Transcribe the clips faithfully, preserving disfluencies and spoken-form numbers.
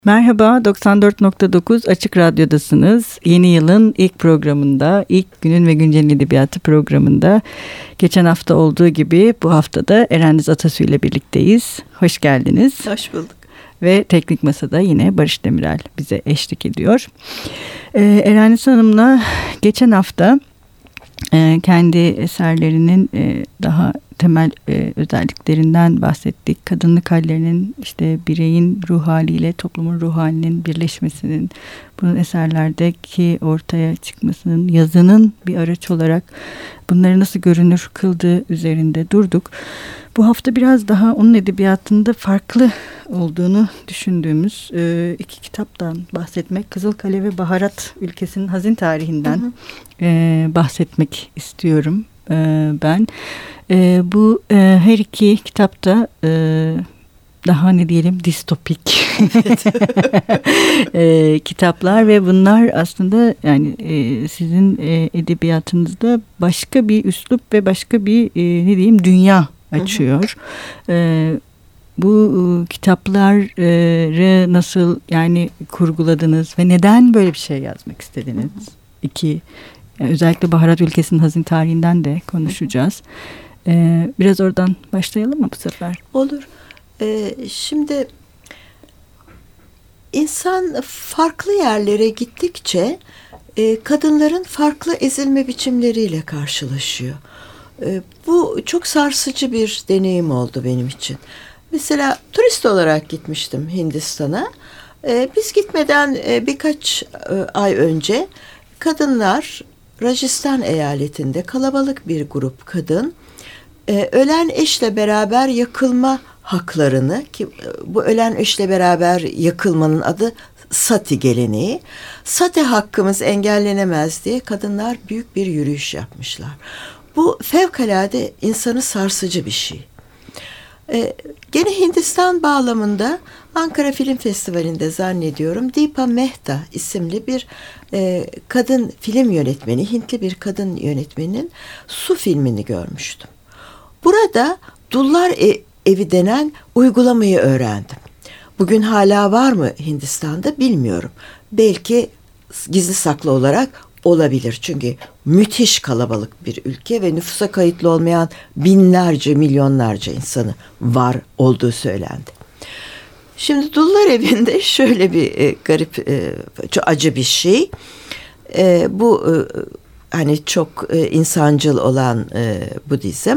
Merhaba, doksan dört nokta dokuz Açık Radyo'dasınız. Yeni yılın ilk programında, ilk Günün ve Güncel'in Edebiyatı programında geçen hafta olduğu gibi bu haftada Erendiz Atasu ile birlikteyiz. Hoş geldiniz. Hoş bulduk. Ve teknik masada yine Barış Demirel bize eşlik ediyor. Ee, Erendiz Hanım'la geçen hafta e, kendi eserlerinin e, daha temel e, özelliklerinden bahsettik. Kadınlık hallerinin, işte bireyin ruh haliyle toplumun ruh halinin birleşmesinin, bunun eserlerdeki ortaya çıkmasının, yazının bir araç olarak bunları nasıl görünür kıldığı üzerinde durduk. Bu hafta biraz daha onun edebiyatında farklı olduğunu düşündüğümüz e, iki kitaptan bahsetmek, Kızılkale ve Baharat Ülkesi'nin hazin tarihinden hı hı. E, bahsetmek istiyorum e, ben. E, bu e, her iki kitapta e, daha ne diyelim distopik e, kitaplar ve bunlar aslında yani e, sizin e, edebiyatınızda başka bir üslup ve başka bir e, ne diyeyim dünya açıyor. Hı hı. E, bu e, kitapları nasıl yani kurguladınız ve neden böyle bir şey yazmak istediniz? Hı hı. İki, yani özellikle Baharat Ülkesi'nin hazin tarihinden de konuşacağız. Ee, biraz oradan başlayalım mı bu sefer? Olur. Ee, şimdi insan farklı yerlere gittikçe e, kadınların farklı ezilme biçimleriyle karşılaşıyor. E, bu çok sarsıcı bir deneyim oldu benim için. Mesela turist olarak gitmiştim Hindistan'a. E, biz gitmeden e, birkaç e, ay önce kadınlar Rajasthan eyaletinde kalabalık bir grup kadın Ee, ölen eşle beraber yakılma haklarını, ki bu ölen eşle beraber yakılmanın adı sati geleneği. Sati hakkımız engellenemez diye kadınlar büyük bir yürüyüş yapmışlar. Bu fevkalade insanı sarsıcı bir şey. Ee, gene Hindistan bağlamında Ankara Film Festivali'nde zannediyorum Deepa Mehta isimli bir e, kadın film yönetmeni, Hintli bir kadın yönetmenin Su filmini görmüştüm. Burada Dullar Evi denen uygulamayı öğrendim. Bugün hala var mı Hindistan'da bilmiyorum. Belki gizli saklı olarak olabilir. Çünkü müthiş kalabalık bir ülke ve nüfusa kayıtlı olmayan binlerce, milyonlarca insanı var olduğu söylendi. Şimdi Dullar Evi'nde şöyle bir e, garip, e, çok acı bir şey. E, bu e, hani çok e, insancıl olan e, Budizm.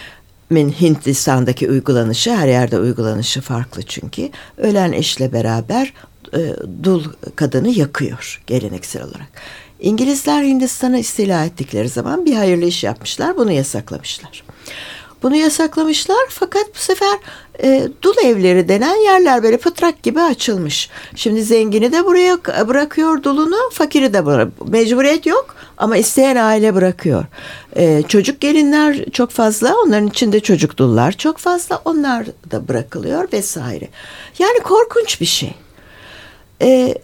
Hindistan'daki uygulanışı, her yerde uygulanışı farklı çünkü. Ölen eşle beraber e, dul kadını yakıyor geleneksel olarak. İngilizler Hindistan'ı istila ettikleri zaman bir hayırlı iş yapmışlar, bunu yasaklamışlar. Bunu yasaklamışlar fakat bu sefer e, dul evleri denen yerler böyle pıtrak gibi açılmış. Şimdi zengini de buraya bırakıyor dulunu, fakiri de bırakıyor. Mecburiyet yok ama isteyen aile bırakıyor. E, çocuk gelinler çok fazla, onların içinde çocuk dullar çok fazla, onlar da bırakılıyor vesaire. Yani korkunç bir şey. E,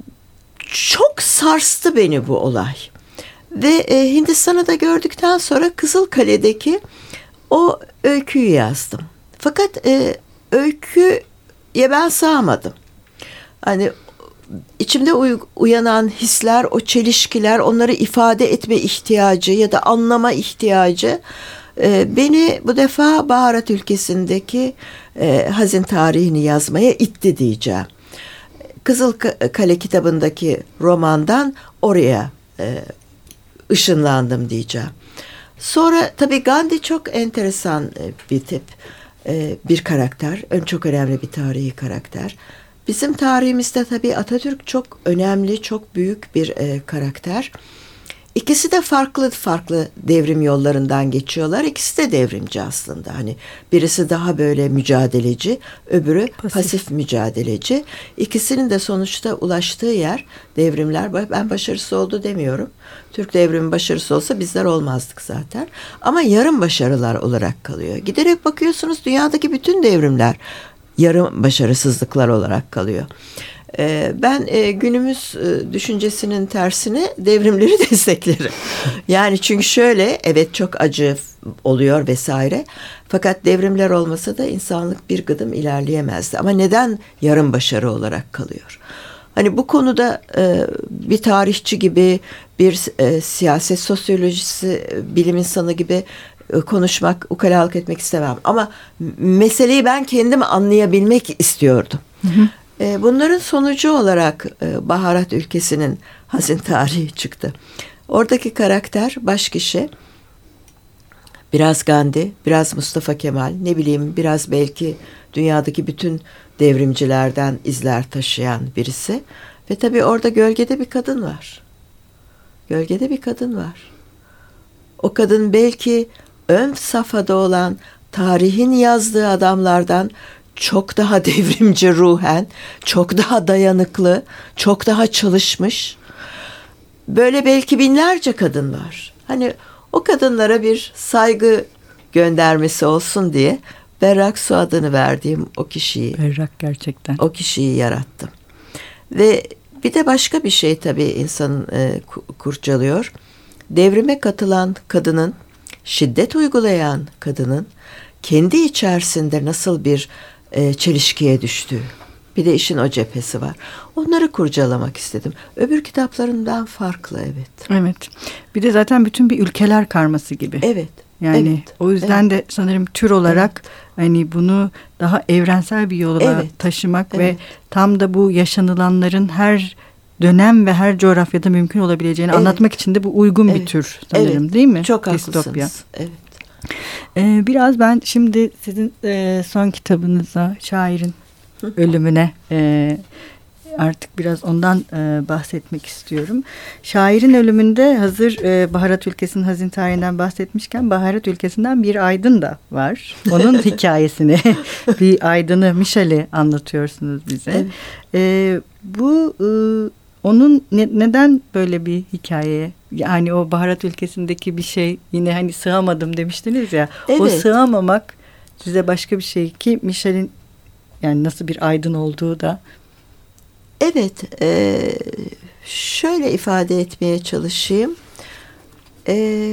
çok sarstı beni bu olay. Ve e, Hindistan'ı da gördükten sonra Kızılkale'deki o öyküyü yazdım. Fakat e, öyküye ben sığamadım. Hani içimde uy- uyanan hisler, o çelişkiler, onları ifade etme ihtiyacı ya da anlama ihtiyacı e, beni bu defa Baharat Ülkesi'ndeki e, hazin tarihini yazmaya itti diyeceğim. Kızılkale kitabındaki romandan oraya e, ışınlandım diyeceğim. Sonra tabii Gandhi çok enteresan bir tip, bir karakter, çok önemli bir tarihi karakter. Bizim tarihimizde tabii Atatürk çok önemli, çok büyük bir karakter. İkisi de farklı farklı devrim yollarından geçiyorlar. İkisi de devrimci aslında. Hani birisi daha böyle mücadeleci, öbürü pasif, pasif mücadeleci. İkisinin de sonuçta ulaştığı yer devrimler. Ben başarısı oldu demiyorum. Türk devrimi başarısı olsa bizler olmazdık zaten. Ama yarım başarılar olarak kalıyor. Giderek bakıyorsunuz dünyadaki bütün devrimler yarım başarısızlıklar olarak kalıyor. E, ben e, günümüz e, düşüncesinin tersine devrimleri desteklerim. Yani çünkü şöyle, evet çok acı oluyor vesaire. Fakat devrimler olmasa da insanlık bir gıdım ilerleyemezdi. Ama neden yarım başarı olarak kalıyor? Hani bu konuda e, bir tarihçi gibi, bir e, siyaset sosyolojisi, e, bilim insanı gibi e, konuşmak, ukalalık etmek istemem. Ama meseleyi ben kendim anlayabilmek istiyordum. Hı hı. E, bunların sonucu olarak e, Baharat Ülkesi'nin hazin tarihi çıktı. Oradaki karakter, baş kişi, biraz Gandhi, biraz Mustafa Kemal, ne bileyim biraz belki dünyadaki bütün devrimcilerden izler taşıyan birisi. Ve tabii orada gölgede bir kadın var. Gölgede bir kadın var. O kadın belki ön safhada olan tarihin yazdığı adamlardan çok daha devrimci ruhen, çok daha dayanıklı, çok daha çalışmış. Böyle belki binlerce kadın var. Hani o kadınlara bir saygı göndermesi olsun diye Berrak Su adını verdiğim o kişiyi. Berrak gerçekten. O kişiyi yarattım. Ve bir de başka bir şey tabii insanın e, kurcalıyor. Devrime katılan kadının, şiddet uygulayan kadının kendi içerisinde nasıl bir e, çelişkiye düştüğü. Bir de işin o cephesi var. Onları kurcalamak istedim. Öbür kitaplarından farklı, evet. Evet. Bir de zaten bütün bir ülkeler karması gibi. Evet. Yani evet, o yüzden evet. de sanırım tür olarak evet. hani bunu daha evrensel bir yola evet. taşımak evet. ve tam da bu yaşanılanların her dönem ve her coğrafyada mümkün olabileceğini evet. anlatmak için de bu uygun evet. bir tür sanırım, evet. değil mi? Çok Distopya. haklısınız. Evet. Ee, biraz ben şimdi sizin e, son kitabınıza, şairin Hı. ölümüne e, artık biraz ondan e, bahsetmek istiyorum. Şairin ölümünde hazır e, Baharat Ülkesi'nin hazin tarihinden bahsetmişken Baharat Ülkesi'nden bir aydın da var. Onun hikayesini, bir aydını, Michel'i anlatıyorsunuz bize. Evet. E, bu e, onun ne, neden böyle bir hikayeye, yani o Baharat Ülkesi'ndeki bir şey, yine hani sığamadım demiştiniz ya. Evet. O sığamamak size başka bir şey ki Michel'in yani nasıl bir aydın olduğu da. Evet, e, şöyle ifade etmeye çalışayım. E,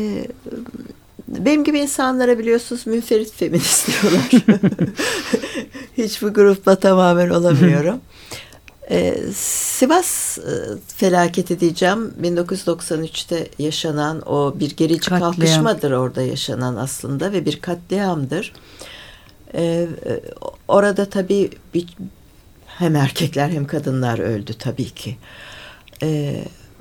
benim gibi insanlara biliyorsunuz münferit feminist diyorlar. Hiçbir grupla tamamen olamıyorum. e, Sivas e, felaketi diyeceğim. bin dokuz yüz doksan üçte yaşanan o bir gerici katliam. Kalkışmadır orada yaşanan aslında ve bir katliamdır. E, orada tabii bir hem erkekler hem kadınlar öldü tabii ki. Ee,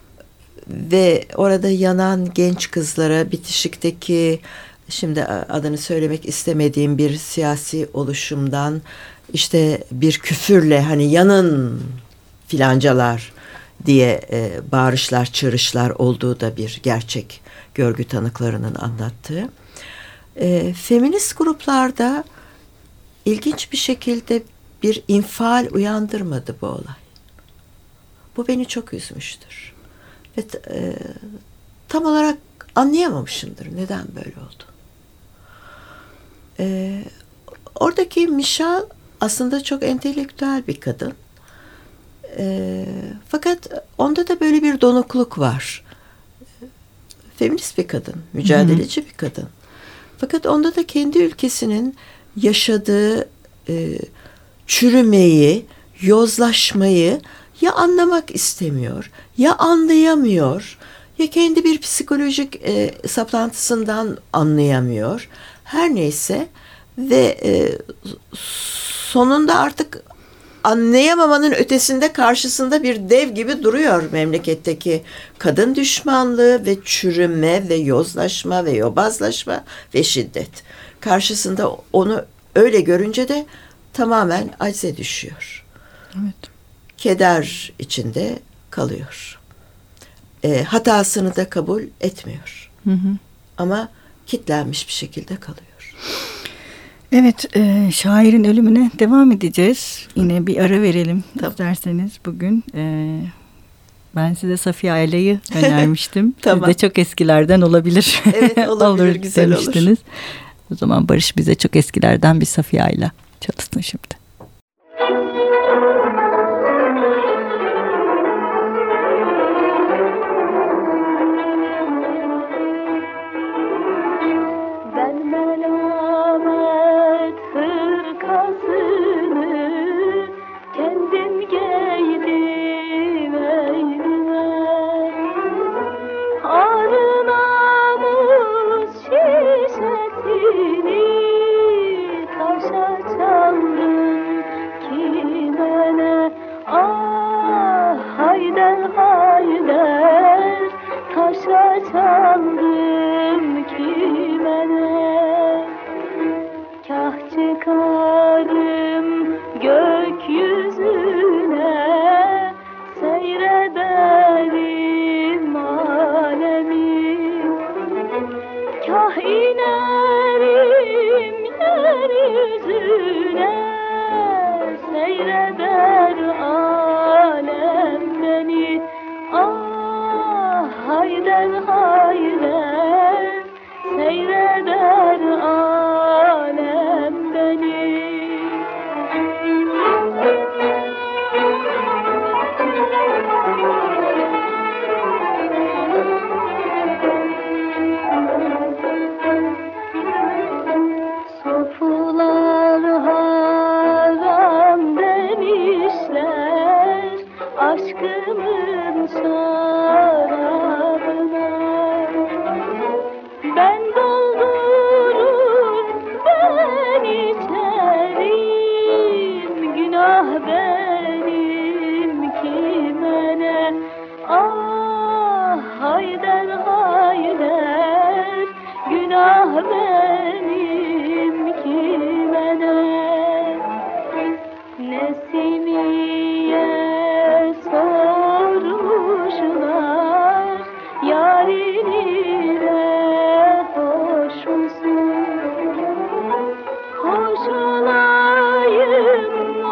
ve orada yanan genç kızlara bitişikteki, şimdi adını söylemek istemediğim bir siyasi oluşumdan işte bir küfürle hani yanın filancalar diye e, bağırışlar, çığırışlar olduğu da bir gerçek, görgü tanıklarının anlattığı. E, feminist gruplarda ilginç bir şekilde bir infial uyandırmadı bu olay. Bu beni çok üzmüştür. Ve e, tam olarak anlayamamışımdır neden böyle oldu. E, oradaki Michel aslında çok entelektüel bir kadın. E, fakat onda da böyle bir donukluk var. Feminist bir kadın, mücadeleci Hı-hı. bir kadın. Fakat onda da kendi ülkesinin yaşadığı e, çürümeyi, yozlaşmayı ya anlamak istemiyor, ya anlayamıyor, ya kendi bir psikolojik e, saplantısından anlayamıyor. Her neyse ve e, sonunda artık anlayamamanın ötesinde karşısında bir dev gibi duruyor memleketteki kadın düşmanlığı ve çürüme ve yozlaşma ve yobazlaşma ve şiddet. Karşısında onu öyle görünce de tamamen acize düşüyor. Evet. Keder içinde kalıyor. E, hatasını da kabul etmiyor. Hı hı. Ama kitlenmiş bir şekilde kalıyor. Evet, e, şairin ölümüne devam edeceğiz. Yine bir ara verelim tamam. isterseniz bugün. E, ben size Safiye Ayla'yı önermiştim. Tamam. Siz de çok eskilerden olabilir. Evet, olabilir, olur, güzel demiştiniz. Olur. O zaman Barış bize çok eskilerden bir Safiye Ayla çalışsın şimdi. Hayder hayder taşa çaldım kime ne? Kah çıkarım gökyüzüne, seyrederim alemi. Kah inerim yeryüzüne, seyreder alem beni. Ah hayder hayder seyreder alem beni. Sofular haram demişler aşkımın şarabına. Ben doldurur ben içerim, günah benim kime ne? Ah hayder hayder günah benim kime ne? Nesimiye sormuşlar yarine hoş musun? Hoş olayım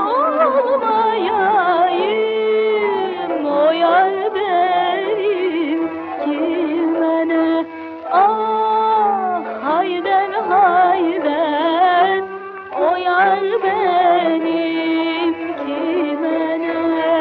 olmayayım, o yar benim kime ne? Ah hayder hayder o yar benim kime ne?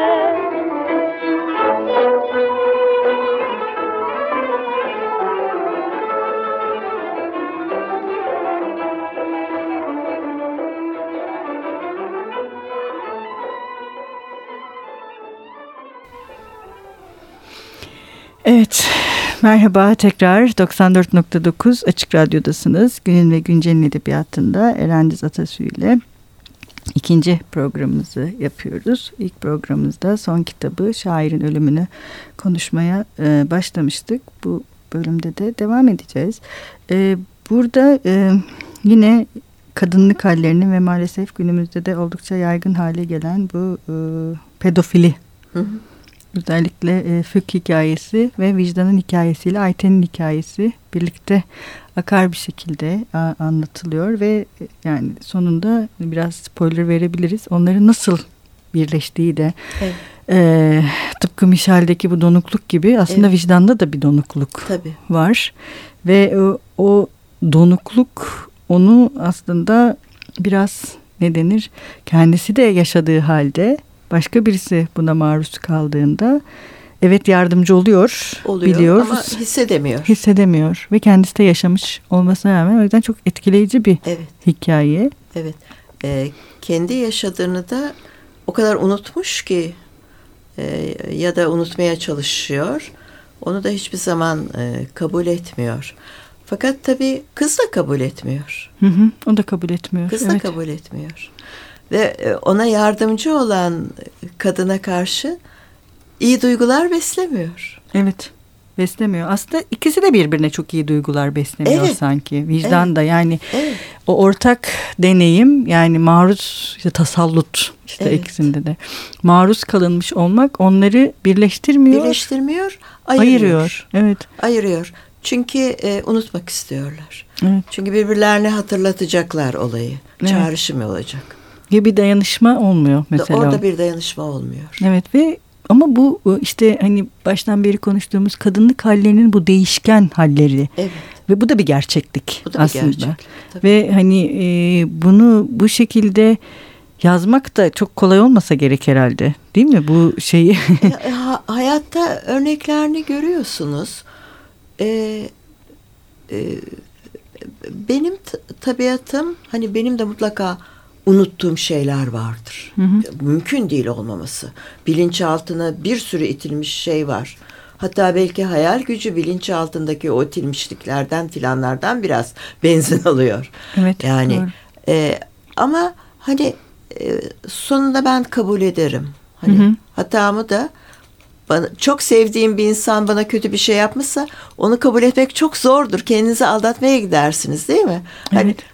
Evet, merhaba tekrar doksan dört nokta dokuz Açık Radyo'dasınız. Günün ve Güncel'in edebiyatında Erendiz Atasu ile ikinci programımızı yapıyoruz. İlk programımızda son kitabı Şairin Ölümünü konuşmaya e, başlamıştık. Bu bölümde de devam edeceğiz. E, burada e, yine kadınlık hallerinin ve maalesef günümüzde de oldukça yaygın hale gelen bu e, pedofili. Hı hı. Özellikle e, Fük hikayesi ve Vicdan'ın hikayesiyle Ayten'in hikayesi birlikte akar bir şekilde a, anlatılıyor ve e, yani sonunda biraz spoiler verebiliriz. Onların nasıl birleştiği de evet. e, tıpkı Mişel'deki bu donukluk gibi aslında evet. Vicdan'da da bir donukluk Tabii. var. Ve o, o donukluk onu aslında biraz ne denir kendisi de yaşadığı halde başka birisi buna maruz kaldığında evet yardımcı oluyor, oluyor biliyoruz. Ama hissedemiyor. Hissedemiyor ve kendisi de yaşamış olmasına rağmen o yüzden çok etkileyici bir evet. hikaye. Evet. Ee, kendi yaşadığını da o kadar unutmuş ki e, ya da unutmaya çalışıyor. Onu da hiçbir zaman e, kabul etmiyor. Fakat tabii kız da kabul etmiyor. Hı hı, o da kabul etmiyor. Kız evet. da kabul etmiyor. Ve ona yardımcı olan kadına karşı iyi duygular beslemiyor. Evet, beslemiyor. Aslında ikisi de birbirine çok iyi duygular beslemiyor evet. sanki. Vicdan evet. da yani evet. o ortak deneyim yani maruz işte tasallut işte evet. ikisinde de. Maruz kalınmış olmak onları birleştirmiyor. Birleştirmiyor, ayırıyor. Ayırıyor. Evet. Ayırıyor. Çünkü e, unutmak istiyorlar. Evet. Çünkü birbirlerine hatırlatacaklar olayı. Evet. Çağrışım olacak. Ya bir dayanışma olmuyor mesela. Orada bir dayanışma olmuyor. Evet ve ama bu işte hani baştan beri konuştuğumuz kadınlık hallerinin bu değişken halleri. Evet. Ve bu da bir gerçeklik bu da aslında. Bir gerçek, ve hani e, bunu bu şekilde yazmak da çok kolay olmasa gerek herhalde. Değil mi bu şeyi? e, ha, hayatta örneklerini görüyorsunuz. Ee, e, benim t- tabiatım hani benim de mutlaka unuttuğum şeyler vardır. Hı hı. Mümkün değil olmaması. Bilinçaltına bir sürü itilmiş şey var. Hatta belki hayal gücü bilinçaltındaki o itilmişliklerden filanlardan biraz benzin alıyor. Evet. Yani e, ama hani e, sonunda ben kabul ederim. Hani hı hı. hatamı da bana, çok sevdiğim bir insan bana kötü bir şey yapmışsa onu kabul etmek çok zordur. Kendinizi aldatmaya gidersiniz, değil mi? Evet. Hani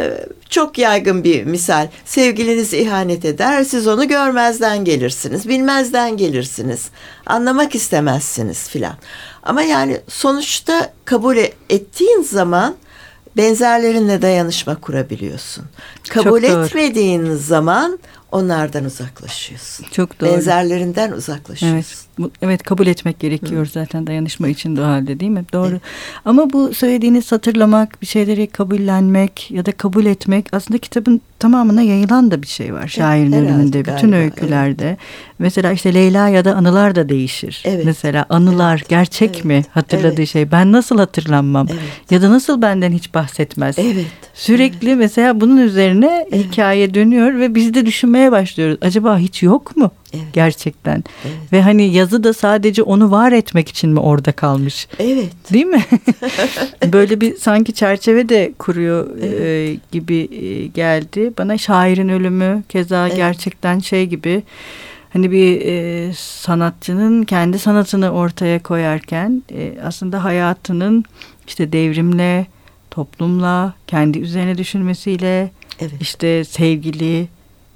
çok yaygın bir misal. Sevgiliniz ihanet eder, siz onu görmezden gelirsiniz, bilmezden gelirsiniz, anlamak istemezsiniz filan. Ama yani sonuçta kabul ettiğin zaman benzerlerinle dayanışma kurabiliyorsun. Kabul etmediğin zaman onlardan uzaklaşıyorsun. Çok doğru. Benzerlerinden uzaklaşıyorsun. Evet, bu, evet kabul etmek gerekiyor. Hı. Zaten dayanışma için de o halde, değil mi? Doğru. Evet. Ama bu söylediğiniz hatırlamak, bir şeyleri kabullenmek ya da kabul etmek aslında kitabın tamamına yayılan da bir şey var. Şairin evet, ölümünde, bütün galiba, öykülerde. Evet. Mesela işte Leyla ya da anılar da değişir. Evet. Mesela anılar evet. gerçek evet. mi hatırladığı evet. şey? Ben nasıl hatırlanmam? Evet. Ya da nasıl benden hiç bahsetmez? Evet. Sürekli evet. mesela bunun üzerine evet. hikaye dönüyor ve biz de düşünmeye başlıyoruz. Acaba hiç yok mu? Evet. Gerçekten. Evet. Ve hani yazı da sadece onu var etmek için mi orada kalmış? Evet. Değil mi? Böyle bir sanki çerçeve de kuruyor evet. e, gibi e, geldi. Bana şairin ölümü keza evet. gerçekten şey gibi. Hani bir e, sanatçının kendi sanatını ortaya koyarken e, aslında hayatının işte devrimle, toplumla, kendi üzerine düşünmesiyle, evet. işte sevgili,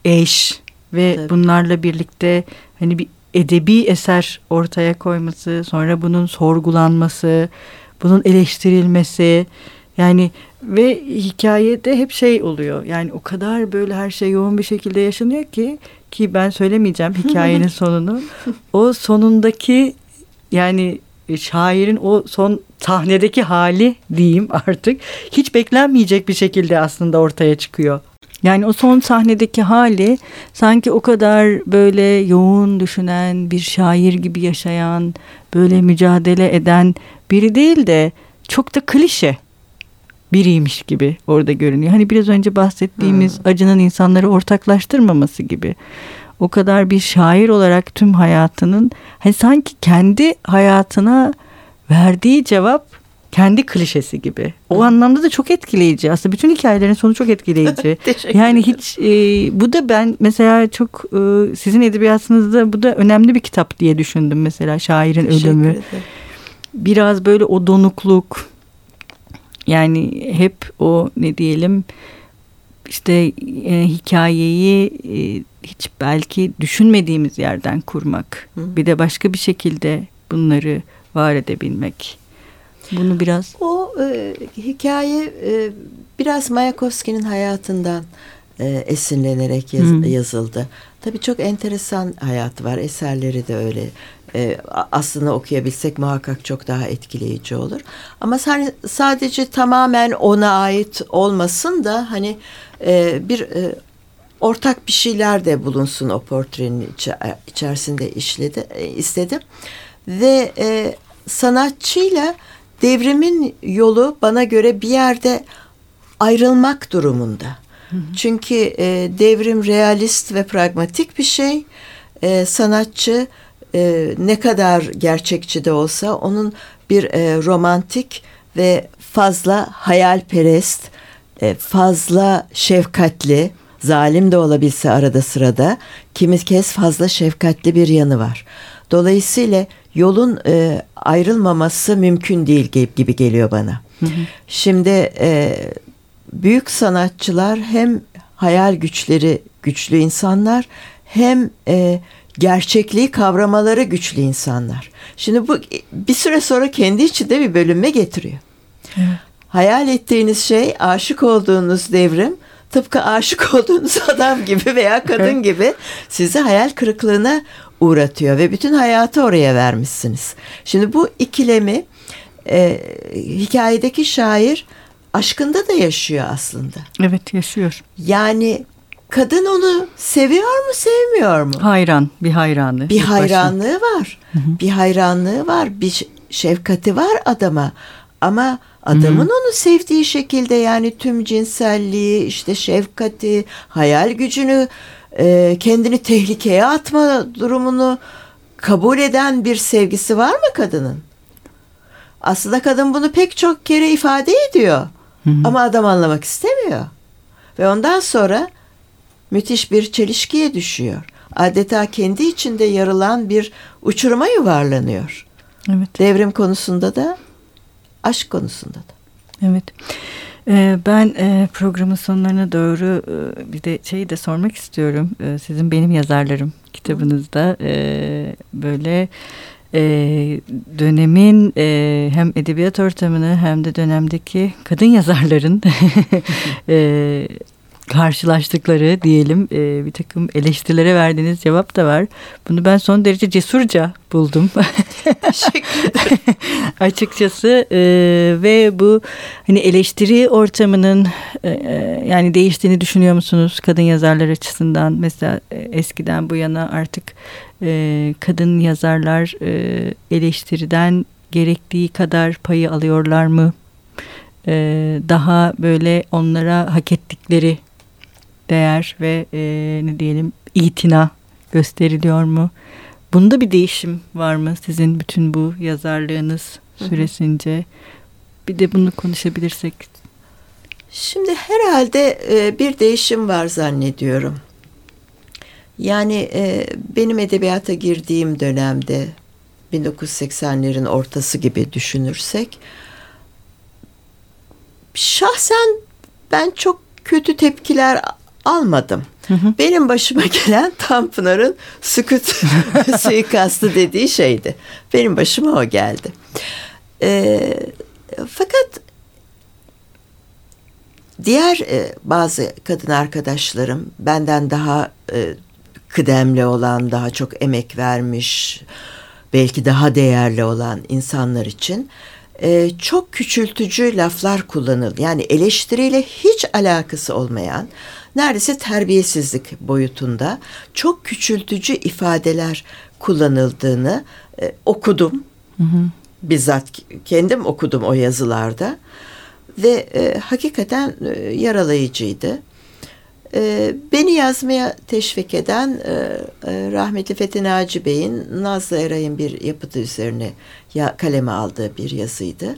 eş ve tabii. bunlarla birlikte hani bir edebi eser ortaya koyması, sonra bunun sorgulanması, bunun eleştirilmesi, yani ve hikayede hep şey oluyor. Yani o kadar böyle her şey yoğun bir şekilde yaşanıyor ki ki ben söylemeyeceğim hikayenin sonunu. O sonundaki yani şairin o son sahnedeki hali diyeyim artık hiç beklenmeyecek bir şekilde aslında ortaya çıkıyor. Yani o son sahnedeki hali sanki o kadar böyle yoğun düşünen bir şair gibi yaşayan, böyle mücadele eden biri değil de çok da klişe biriymiş gibi orada görünüyor. Hani biraz önce bahsettiğimiz hmm. acının insanları ortaklaştırmaması gibi. O kadar bir şair olarak tüm hayatının hani sanki kendi hayatına verdiği cevap kendi klişesi gibi. O Hı. anlamda da çok etkileyici. Aslında bütün hikayelerin sonu çok etkileyici. Yani hiç e, bu da ben mesela çok e, sizin edebiyatınızda bu da önemli bir kitap diye düşündüm mesela şairin ölümü. Biraz böyle o donukluk yani hep o ne diyelim işte e, hikayeyi e, hiç belki düşünmediğimiz yerden kurmak. Hı. Bir de başka bir şekilde bunları var edebilmek. Bunu biraz... O e, hikaye e, biraz Mayakovski'nin hayatından e, esinlenerek yaz, hmm. yazıldı. Tabii çok enteresan hayatı var. Eserleri de öyle. E, aslında okuyabilsek muhakkak çok daha etkileyici olur. Ama hani sadece tamamen ona ait olmasın da hani e, bir e, ortak bir şeyler de bulunsun o portrenin içi, içerisinde işledi, e, istedim. Ve e, sanatçıyla devrimin yolu bana göre bir yerde ayrılmak durumunda. Hı hı. Çünkü e, devrim realist ve pragmatik bir şey. E, sanatçı e, ne kadar gerçekçi de olsa onun bir e, romantik ve fazla hayalperest, e, fazla şefkatli, zalim de olabilse arada sırada kimi kez fazla şefkatli bir yanı var. Dolayısıyla yolun e, ayrılmaması mümkün değil gibi geliyor bana. Hı hı. Şimdi e, büyük sanatçılar hem hayal güçleri güçlü insanlar hem e, gerçekliği kavramaları güçlü insanlar. Şimdi bu bir süre sonra kendi içinde bir bölünme getiriyor. Hı. Hayal ettiğiniz şey, aşık olduğunuz devrim tıpkı aşık olduğunuz adam gibi veya kadın gibi sizi hayal kırıklığına uğratıyor ve bütün hayatı oraya vermişsiniz. Şimdi bu ikilemi e, hikayedeki şair aşkında da yaşıyor aslında. Evet, yaşıyor. Yani kadın onu seviyor mu, sevmiyor mu? Hayran, bir hayranlığı. Bir hayranlığı başına. var. Hı hı. Bir hayranlığı var, bir şefkati var adama. Ama adamın Hı-hı. onu sevdiği şekilde yani tüm cinselliği, işte şefkati, hayal gücünü, e, kendini tehlikeye atma durumunu kabul eden bir sevgisi var mı kadının? Aslında kadın bunu pek çok kere ifade ediyor. Hı-hı. Ama adam anlamak istemiyor. Ve ondan sonra müthiş bir çelişkiye düşüyor. adeta kendi içinde yarılan bir uçuruma yuvarlanıyor. Evet. Devrim konusunda da, aşk konusunda da. Evet. Ben programın sonlarına doğru bir de şeyi de sormak istiyorum. Sizin Benim Yazarlarım kitabınızda böyle dönemin hem edebiyat ortamını hem de dönemdeki kadın yazarların karşılaştıkları diyelim bir takım eleştirilere verdiğiniz cevap da var. Bunu ben son derece cesurca buldum. Teşekkür ederim. Açıkçası e, ve bu hani eleştiri ortamının e, yani değiştiğini düşünüyor musunuz kadın yazarlar açısından? Mesela e, eskiden bu yana artık e, kadın yazarlar e, eleştiriden gerektiği kadar payı alıyorlar mı? E, daha böyle onlara hak ettikleri değer ve e, ne diyelim itina gösteriliyor mu? Bunda bir değişim var mı sizin bütün bu yazarlığınız süresince? Hı hı. Bir de bunu konuşabilirsek. Şimdi herhalde e, bir değişim var zannediyorum. Yani e, benim edebiyata girdiğim dönemde bin dokuz yüz seksenlerin ortası gibi düşünürsek, şahsen ben çok kötü tepkiler almadım. Hı hı. Benim başıma gelen Tanpınar'ın sükût suikastı dediği şeydi. Benim başıma o geldi. E, fakat diğer e, bazı kadın arkadaşlarım, benden daha e, kıdemli olan, daha çok emek vermiş, belki daha değerli olan insanlar için e, çok küçültücü laflar kullanıldı. Yani eleştiriyle hiç alakası olmayan, neredeyse terbiyesizlik boyutunda çok küçültücü ifadeler kullanıldığını e, okudum. Hı hı. Bizzat kendim okudum o yazılarda ve e, hakikaten e, yaralayıcıydı. E, beni yazmaya teşvik eden e, e, rahmetli Fethi Naci Bey'in Nazlı Eray'ın bir yapıtı üzerine ya, kaleme aldığı bir yazıydı.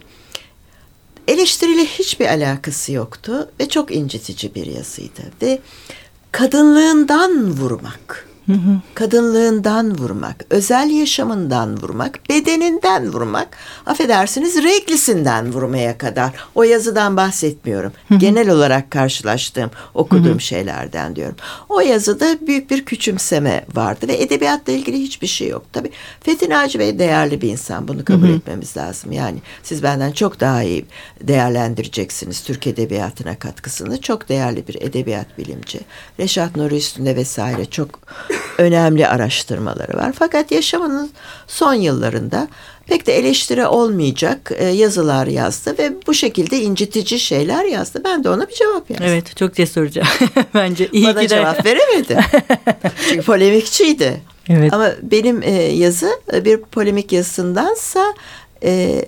Eleştiriyle hiçbir alakası yoktu ve çok incitici bir yazıydı. Ve kadınlığından vurmak, hı hı. kadınlığından vurmak, özel yaşamından vurmak, bedeninden vurmak, affedersiniz reglisinden vurmaya kadar. O yazıdan bahsetmiyorum. Hı hı. Genel olarak karşılaştığım, okuduğum hı hı. şeylerden diyorum. O yazıda büyük bir küçümseme vardı ve edebiyatla ilgili hiçbir şey yok. Tabii Fethi Naci Bey değerli bir insan. Bunu kabul hı hı. etmemiz lazım. Yani siz benden çok daha iyi değerlendireceksiniz Türk edebiyatına katkısını. Çok değerli bir edebiyat bilimci. Reşat Nuri üstünde vesaire çok önemli araştırmaları var. Fakat yaşamının son yıllarında pek de eleştiri olmayacak yazılar yazdı ve bu şekilde incitici şeyler yazdı. Ben de ona bir cevap yazdım. Evet, çok cesurca. Bence iyi Bana ki de cevap veremedi. Çünkü polemikçiydi. Evet. Ama benim yazı bir polemik yazısındansa e,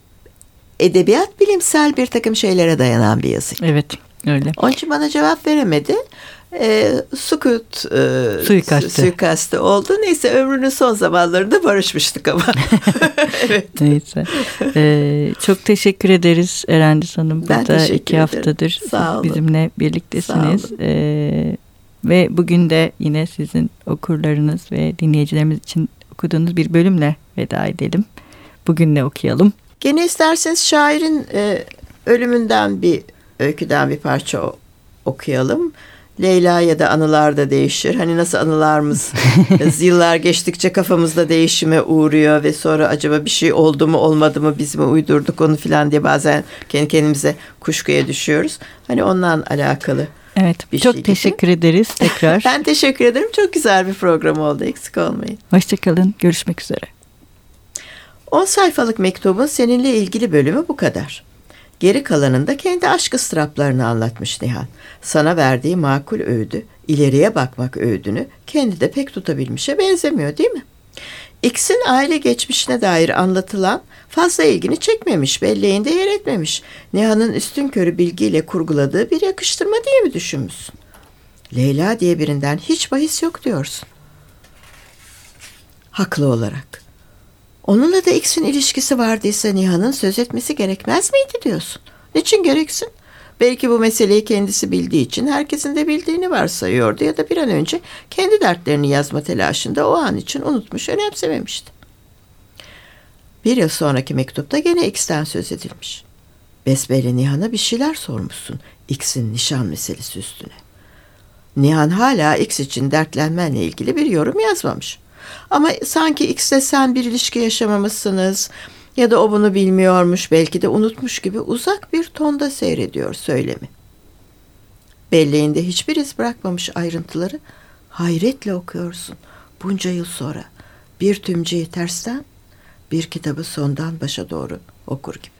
edebiyat bilimsel bir takım şeylere dayanan bir yazı. Evet, öyle. Onun için bana cevap veremedi. E, sukut e, suikastı. suikastı oldu. Neyse ömrünün son zamanlarında barışmıştık ama. Evet. Neyse. Ee, çok teşekkür ederiz Erendiz Hanım. Ben Burada teşekkür iki ederim. haftadır Sağ olun. bizimle birliktesiniz. Ee, ve bugün de yine sizin okurlarınız ve dinleyicilerimiz için okuduğunuz bir bölümle veda edelim. Bugün ne okuyalım? Gene isterseniz şairin e, ölümünden bir öyküden bir parça o, okuyalım. Leyla ya da anılar da değişir. Hani nasıl anılarımız yıllar geçtikçe kafamızda değişime uğruyor ve sonra acaba bir şey oldu mu olmadı mı biz mi uydurduk onu filan diye bazen kendi kendimize kuşkuya düşüyoruz. Hani ondan alakalı. Evet, bir çok şey teşekkür gibi. ederiz tekrar. Ben teşekkür ederim. Çok güzel bir program oldu. Eksik olmayın. Hoşçakalın. Görüşmek üzere. on sayfalık mektubun seninle ilgili bölümü bu kadar. Geri kalanında kendi aşk ıstıraplarını anlatmış Nihan. Sana verdiği makul öğüdü, ileriye bakmak öğüdünü kendi de pek tutabilmişe benzemiyor değil mi? X'in aile geçmişine dair anlatılan fazla ilgini çekmemiş, belleğinde yer etmemiş. Nihan'ın üstünkörü bilgiyle kurguladığı bir yakıştırma diye mi düşünmüşsün? Leyla diye birinden hiç bahis yok diyorsun. Haklı olarak. Onunla da X'in ilişkisi vardıysa Nihan'ın söz etmesi gerekmez miydi diyorsun. Niçin gereksin? Belki bu meseleyi kendisi bildiği için herkesin de bildiğini varsayıyordu ya da bir an önce kendi dertlerini yazma telaşında o an için unutmuş, önemsememişti. Bir yıl sonraki mektupta gene X'ten söz edilmiş. Besbelli Nihan'a bir şeyler sormuşsun X'in nişan meselesi üstüne. Nihan hala X için dertlenmenle ilgili bir yorum yazmamış. Ama sanki X'le sen bir ilişki yaşamamışsınız ya da o bunu bilmiyormuş, belki de unutmuş gibi uzak bir tonda seyrediyor söylemi. Belleğinde hiçbir iz bırakmamış ayrıntıları hayretle okuyorsun bunca yıl sonra. Bir tümceyi tersten, bir kitabı sondan başa doğru okur gibi.